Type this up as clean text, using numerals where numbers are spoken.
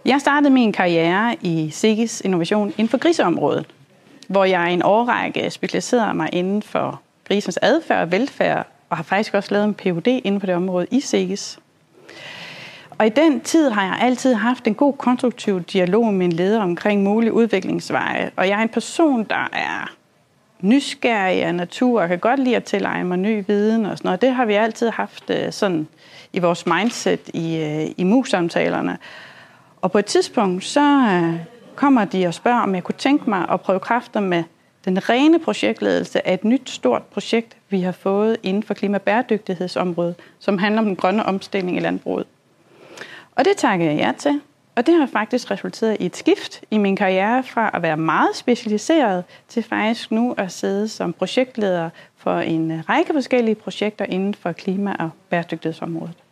Jeg startede min karriere i SEGIS Innovation inden for griseområdet, hvor jeg i en årrække specialiserede mig inden for grisens adfærd og velfærd, og har faktisk også lavet en Ph.D. inden for det område i SEGIS. Og i den tid har jeg altid haft en god konstruktiv dialog med min leder omkring mulige udviklingsveje. Og jeg er en person, der er nysgerrig af natur og kan godt lide at tilegne mig ny viden og sådan noget. Det har vi altid haft sådan i vores mindset i MU-samtalerne. Og på et tidspunkt så kommer de og spørger, om jeg kunne tænke mig at prøve kræfter med den rene projektledelse af et nyt stort projekt, vi har fået inden for klimabæredygtighedsområdet, som handler om den grønne omstilling i landbruget. Og det takker jeg ja til. Og det har faktisk resulteret i et skift i min karriere fra at være meget specialiseret til faktisk nu at sidde som projektleder for en række forskellige projekter inden for klima- og bæredygtighedsområdet.